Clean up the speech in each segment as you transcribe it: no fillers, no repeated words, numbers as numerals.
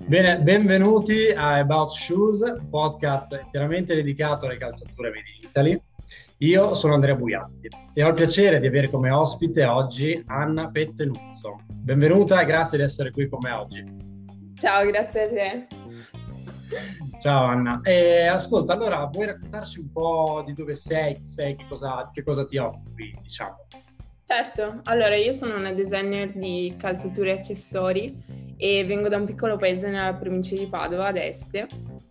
Bene, benvenuti a About Shoes, podcast interamente dedicato alle calzature made in Italy. Io sono Andrea Buiatti e ho il piacere di avere come ospite oggi Anna Pettenuzzo. Benvenuta e grazie di essere qui con me oggi. Ciao, grazie a te. Ciao Anna. Ascolta, allora vuoi raccontarci un po' di dove sei, chi sei, che cosa ti occupi, diciamo? Certo, allora io sono una designer di calzature e accessori e vengo da un piccolo paese nella provincia di Padova, ad Este,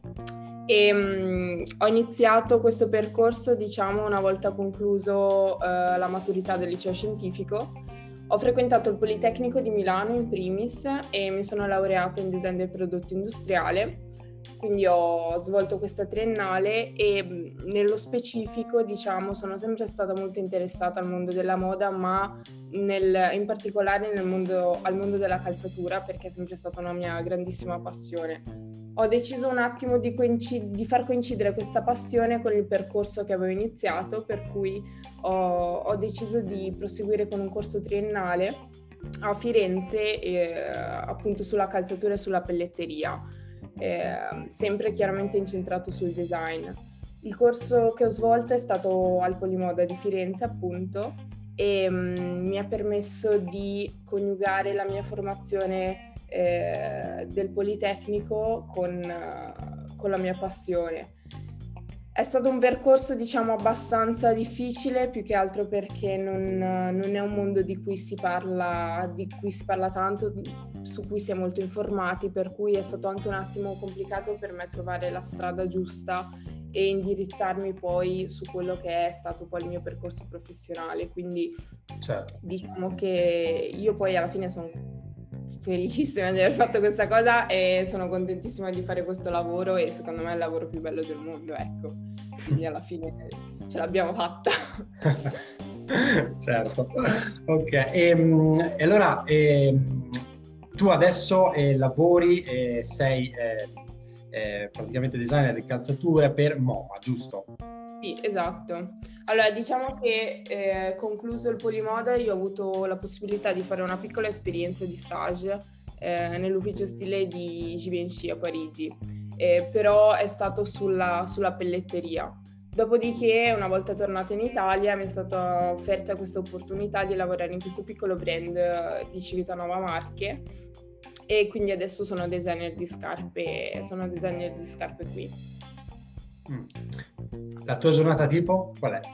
e ho iniziato questo percorso, diciamo, una volta concluso la maturità del liceo scientifico. Ho frequentato il Politecnico di Milano in primis e mi sono laureata in design del prodotto industriale. Quindi ho svolto questa triennale e nello specifico, diciamo, sono sempre stata molto interessata al mondo della moda, ma in particolare al mondo della calzatura, perché è sempre stata una mia grandissima passione. Ho deciso un attimo di far coincidere questa passione con il percorso che avevo iniziato, per cui ho deciso di proseguire con un corso triennale a Firenze, appunto sulla calzatura e sulla pelletteria. Sempre chiaramente incentrato sul design. Il corso che ho svolto è stato al Polimoda di Firenze, appunto, e mi ha permesso di coniugare la mia formazione del Politecnico con la mia passione. È stato un percorso, diciamo, abbastanza difficile, più che altro perché non è un mondo di cui si parla tanto, su cui si è molto informati, per cui è stato anche un attimo complicato per me trovare la strada giusta e indirizzarmi poi su quello che è stato poi il mio percorso professionale. Quindi certo, diciamo che io poi alla fine sono felicissima di aver fatto questa cosa e sono contentissima di fare questo lavoro, e secondo me è il lavoro più bello del mondo, ecco. Quindi alla fine ce l'abbiamo fatta. Certo, ok. E allora tu adesso lavori e sei praticamente designer di calzature per MoMA, giusto? Sì, esatto. Allora, diciamo che concluso il Polimoda io ho avuto la possibilità di fare una piccola esperienza di stage nell'ufficio stile di Givenchy a Parigi, però è stato sulla pelletteria. Dopodiché, una volta tornata in Italia, mi è stata offerta questa opportunità di lavorare in questo piccolo brand di Civitanova Marche, e quindi adesso sono designer di scarpe qui. La tua giornata tipo qual è?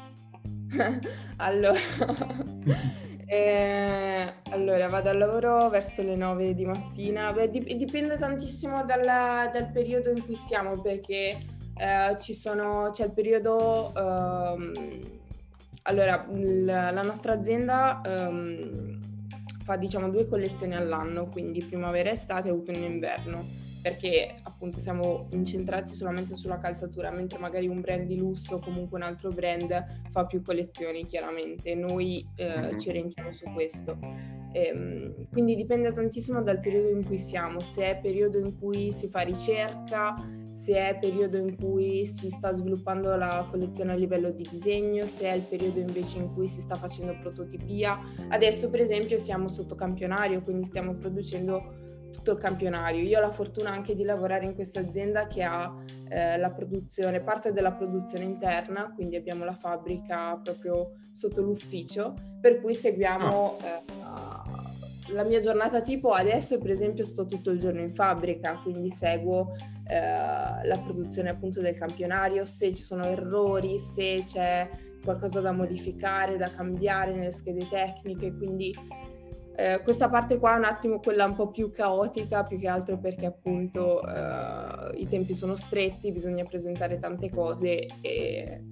Allora, vado al lavoro verso le 9 di mattina. Beh, dipende tantissimo dal periodo in cui siamo, perché c'è il periodo. Allora, la nostra azienda fa, diciamo, 2 collezioni all'anno, quindi primavera, estate e autunno e inverno, perché appunto siamo incentrati solamente sulla calzatura, mentre magari un brand di lusso o comunque un altro brand fa più collezioni, chiaramente. Noi ci orientiamo su questo. Quindi dipende tantissimo dal periodo in cui siamo, se è periodo in cui si fa ricerca, se è periodo in cui si sta sviluppando la collezione a livello di disegno, se è il periodo invece in cui si sta facendo prototipia. Adesso per esempio siamo sotto campionario, quindi stiamo producendo tutto il campionario. Io ho la fortuna anche di lavorare in questa azienda che ha la produzione, parte della produzione interna, quindi abbiamo la fabbrica proprio sotto l'ufficio, per cui seguiamo la mia giornata tipo. Adesso per esempio sto tutto il giorno in fabbrica, quindi seguo la produzione appunto del campionario, se ci sono errori, se c'è qualcosa da modificare, da cambiare nelle schede tecniche, quindi questa parte qua è un attimo quella un po' più caotica, più che altro perché appunto i tempi sono stretti, bisogna presentare tante cose e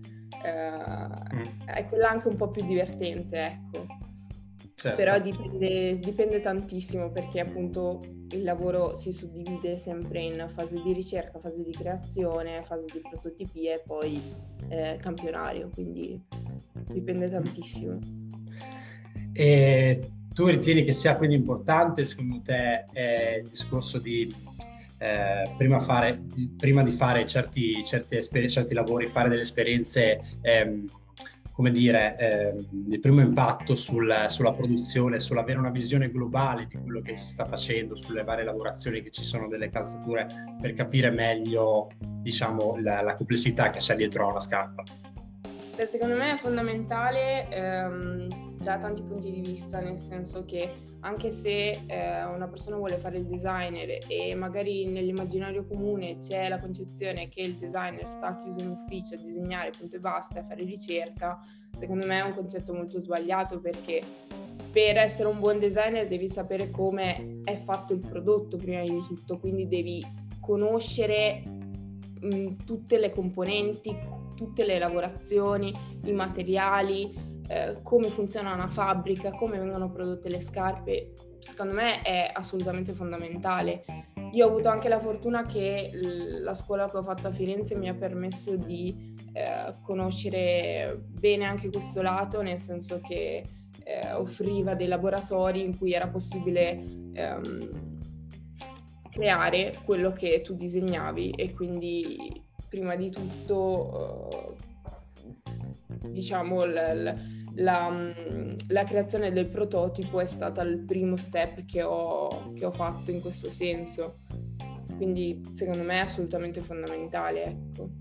è quella anche un po' più divertente, ecco. Certo. Però dipende tantissimo, perché appunto il lavoro si suddivide sempre in fase di ricerca, fase di creazione, fase di prototipia e poi campionario, quindi dipende tantissimo. E tu ritieni che sia quindi importante, secondo te, il discorso di prima di fare certi lavori, fare delle esperienze come dire, il primo impatto sulla produzione, sull'avere una visione globale di quello che si sta facendo, sulle varie lavorazioni che ci sono delle calzature, per capire meglio, diciamo, la complessità che c'è dietro a una scarpa? Secondo me è fondamentale da tanti punti di vista, nel senso che anche se una persona vuole fare il designer e magari nell'immaginario comune c'è la concezione che il designer sta chiuso in ufficio a disegnare punto e basta e a fare ricerca, secondo me è un concetto molto sbagliato, perché per essere un buon designer devi sapere come è fatto il prodotto prima di tutto, quindi devi conoscere tutte le componenti, tutte le lavorazioni, i materiali, come funziona una fabbrica, come vengono prodotte le scarpe. Secondo me è assolutamente fondamentale. Io ho avuto anche la fortuna che la scuola che ho fatto a Firenze mi ha permesso di conoscere bene anche questo lato, nel senso che offriva dei laboratori in cui era possibile creare quello che tu disegnavi, e quindi prima di tutto diciamo la creazione del prototipo è stata il primo step che ho fatto in questo senso, quindi secondo me è assolutamente fondamentale, ecco.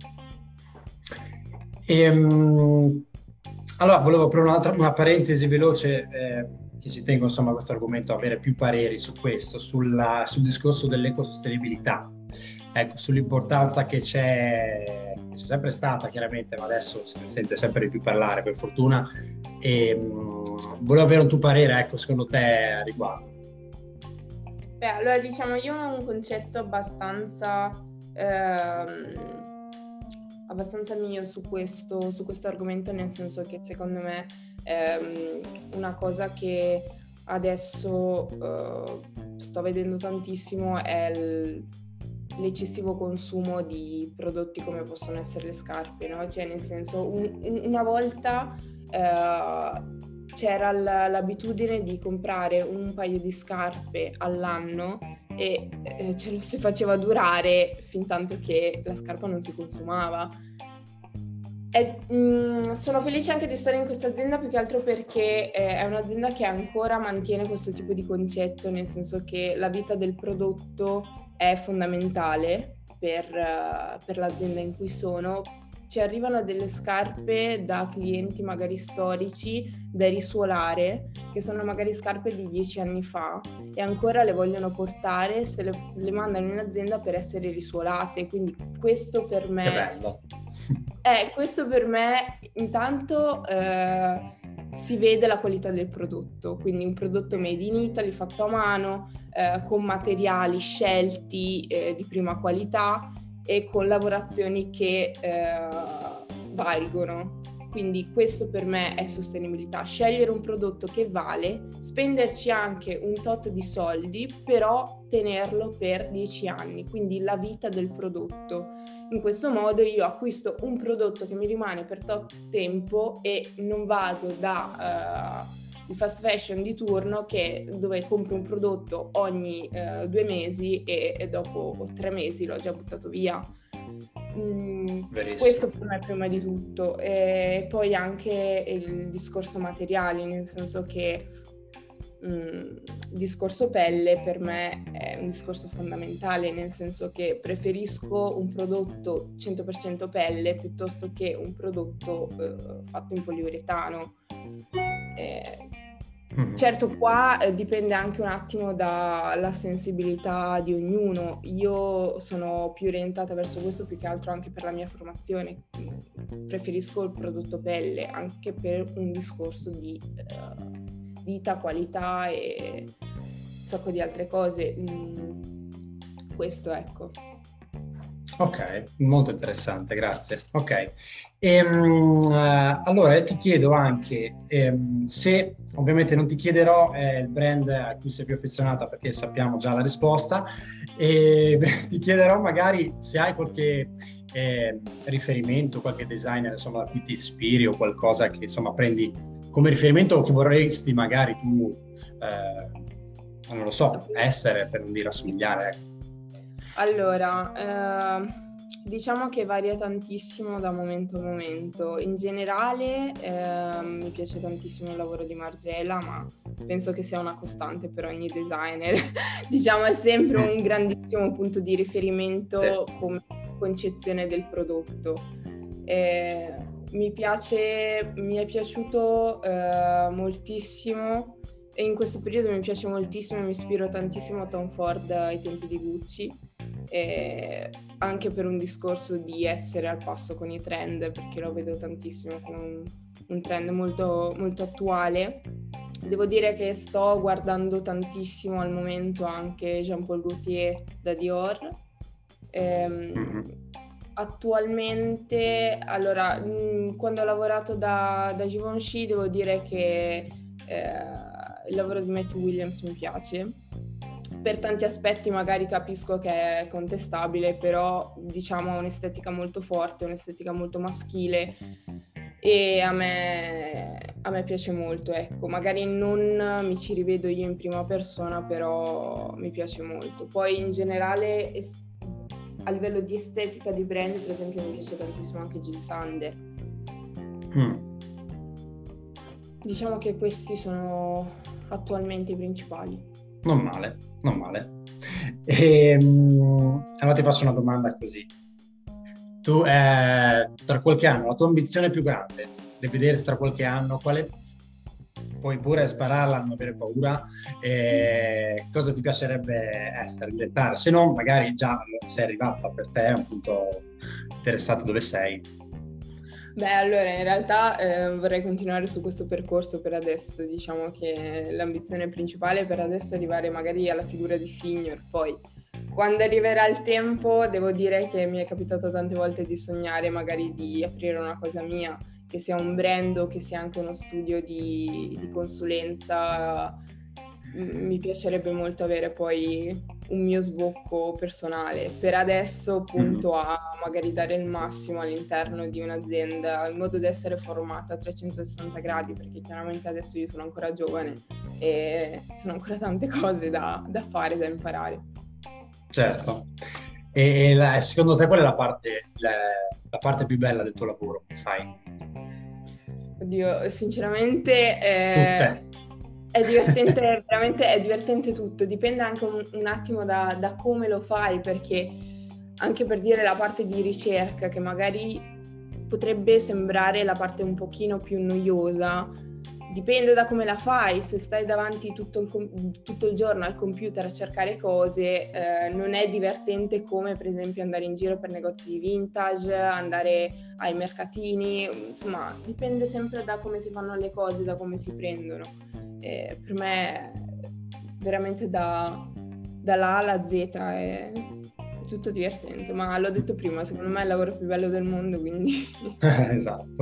Allora volevo aprire una parentesi veloce, che ci tengo insomma a questo argomento, avere più pareri su questo, sul discorso dell'ecosostenibilità. Ecco, sull'importanza che c'è sempre stata chiaramente, ma adesso se ne sente sempre di più parlare, per fortuna, e volevo avere un tuo parere, ecco, secondo te a riguardo. Beh, allora diciamo, io ho un concetto abbastanza mio su questo argomento, nel senso che secondo me una cosa che adesso sto vedendo tantissimo è l'eccessivo consumo di prodotti come possono essere le scarpe, no? Cioè, nel senso, una volta c'era l'abitudine di comprare un paio di scarpe all'anno e ce lo si faceva durare fin tanto che la scarpa non si consumava. Sono felice anche di stare in questa azienda, più che altro perché è un'azienda che ancora mantiene questo tipo di concetto, nel senso che la vita del prodotto è fondamentale per l'azienda in cui sono. Ci arrivano delle scarpe da clienti magari storici da risuolare, che sono magari scarpe di 10 anni fa e ancora le vogliono portare, se le mandano in azienda per essere risuolate, quindi questo per me... Che bello! Questo per me intanto si vede la qualità del prodotto, quindi un prodotto made in Italy, fatto a mano, con materiali scelti di prima qualità e con lavorazioni che valgono. Quindi questo per me è sostenibilità, scegliere un prodotto che vale, spenderci anche un tot di soldi, però tenerlo per 10 anni, quindi la vita del prodotto. In questo modo io acquisto un prodotto che mi rimane per tot tempo e non vado da il fast fashion di turno dove compro un prodotto ogni 2 mesi e dopo 3 mesi l'ho già buttato via. Questo per me prima di tutto, e poi anche il discorso materiali, nel senso che il discorso pelle per me è un discorso fondamentale, nel senso che preferisco un prodotto 100% pelle piuttosto che un prodotto fatto in poliuretano. Certo, qua dipende anche un attimo dalla sensibilità di ognuno. Io sono più orientata verso questo più che altro anche per la mia formazione. Preferisco il prodotto pelle anche per un discorso di vita, qualità e un sacco di altre cose. Questo, ecco. Ok, molto interessante, grazie. Ok, allora ti chiedo anche se, ovviamente non ti chiederò il brand a cui sei più affezionata perché sappiamo già la risposta, e ti chiederò magari se hai qualche riferimento, qualche designer insomma da cui ti ispiri o qualcosa che insomma prendi come riferimento o che vorresti magari tu, non lo so, essere, per non dire assomigliare, ecco. Allora, Diciamo che varia tantissimo da momento a momento. In generale mi piace tantissimo il lavoro di Margela, ma penso che sia una costante per ogni designer. Diciamo è sempre un grandissimo punto di riferimento come concezione del prodotto. Mi è piaciuto moltissimo, e in questo periodo mi piace moltissimo e mi ispiro tantissimo a Tom Ford ai tempi di Gucci, anche per un discorso di essere al passo con i trend, perché lo vedo tantissimo come un trend molto, molto attuale. Devo dire che sto guardando tantissimo al momento anche Jean Paul Gaultier da Dior. Attualmente, allora, quando ho lavorato da Givenchy devo dire che il lavoro di Matthew Williams mi piace. Per tanti aspetti magari capisco che è contestabile, però diciamo ha un'estetica molto forte, un'estetica molto maschile, e a me piace molto, ecco. Magari non mi ci rivedo io in prima persona, però mi piace molto. Poi in generale a livello di estetica di brand, per esempio, mi piace tantissimo anche Jil Sander. Diciamo che questi sono attualmente i principali. Non male. Allora ti faccio una domanda così. Tu, tra qualche anno, la tua ambizione più grande, di vederti tra qualche anno, quale? Puoi pure spararla, non avere paura. Cosa ti piacerebbe essere, diventare? Se no, magari già sei arrivata, per te è un punto interessante dove sei. Beh, allora in realtà vorrei continuare su questo percorso per adesso. Diciamo che l'ambizione principale per adesso è arrivare magari alla figura di senior. Poi quando arriverà il tempo devo dire che mi è capitato tante volte di sognare magari di aprire una cosa mia, che sia un brand o che sia anche uno studio di consulenza. Mi piacerebbe molto avere poi un mio sbocco personale. Per adesso punto a magari dare il massimo all'interno di un'azienda in modo da essere formata a 360 gradi, perché chiaramente adesso io sono ancora giovane e sono ancora tante cose da fare, da imparare. Certo. Secondo te qual è la parte più bella del tuo lavoro che fai? Oddio, sinceramente Tutte. è divertente, veramente è divertente tutto, dipende anche un attimo da come lo fai, perché anche per dire la parte di ricerca, che magari potrebbe sembrare la parte un pochino più noiosa, dipende da come la fai. Se stai davanti tutto il giorno al computer a cercare cose, non è divertente come per esempio andare in giro per negozi di vintage, andare ai mercatini, insomma dipende sempre da come si fanno le cose, da come si prendono. Per me veramente dalla A alla Z è tutto divertente, ma l'ho detto prima, secondo me è il lavoro più bello del mondo, quindi... Esatto.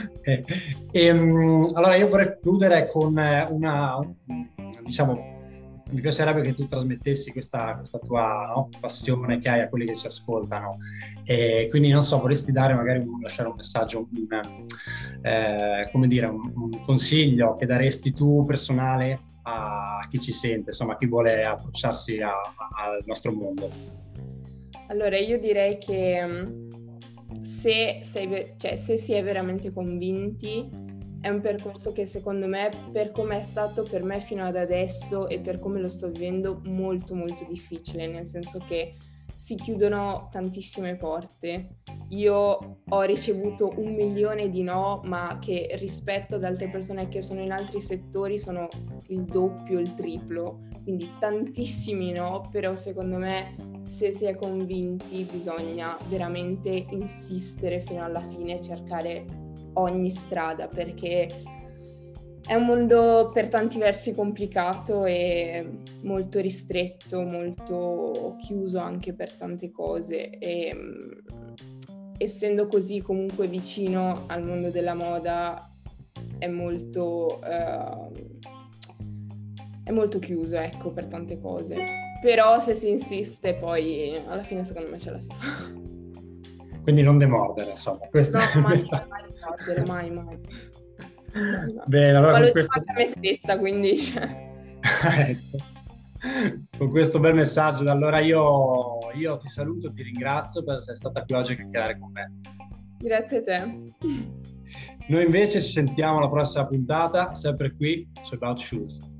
Allora io vorrei chiudere con diciamo, mi piacerebbe che tu trasmettessi questa tua, no, passione che hai a quelli che ci ascoltano, e quindi non so, vorresti dare magari lasciare un messaggio, come dire, un consiglio che daresti tu personale a chi ci sente, insomma, a chi vuole approcciarsi al nostro mondo? Allora io direi che se si è veramente convinti, è un percorso che secondo me, per come è stato per me fino ad adesso e per come lo sto vivendo, molto molto difficile, nel senso che si chiudono tantissime porte. Io ho ricevuto 1 milione di no, ma che rispetto ad altre persone che sono in altri settori sono il doppio, il triplo, quindi tantissimi no, però secondo me se si è convinti bisogna veramente insistere fino alla fine e cercare ogni strada, perché è un mondo per tanti versi complicato e molto ristretto, molto chiuso anche per tante cose, e essendo così comunque vicino al mondo della moda è molto chiuso, ecco, per tante cose. Però se si insiste poi alla fine secondo me ce la si fa. Quindi non demordere, insomma. Questo No, mai demordere, mai. Bene, allora ma con lo questo... dico a me stessa, quindi... Ecco. Con questo bel messaggio, allora io io ti saluto, ti ringrazio per essere stata qui oggi a chiacchierare con me. Grazie a te. Noi invece ci sentiamo alla prossima puntata, sempre qui su About Shoes.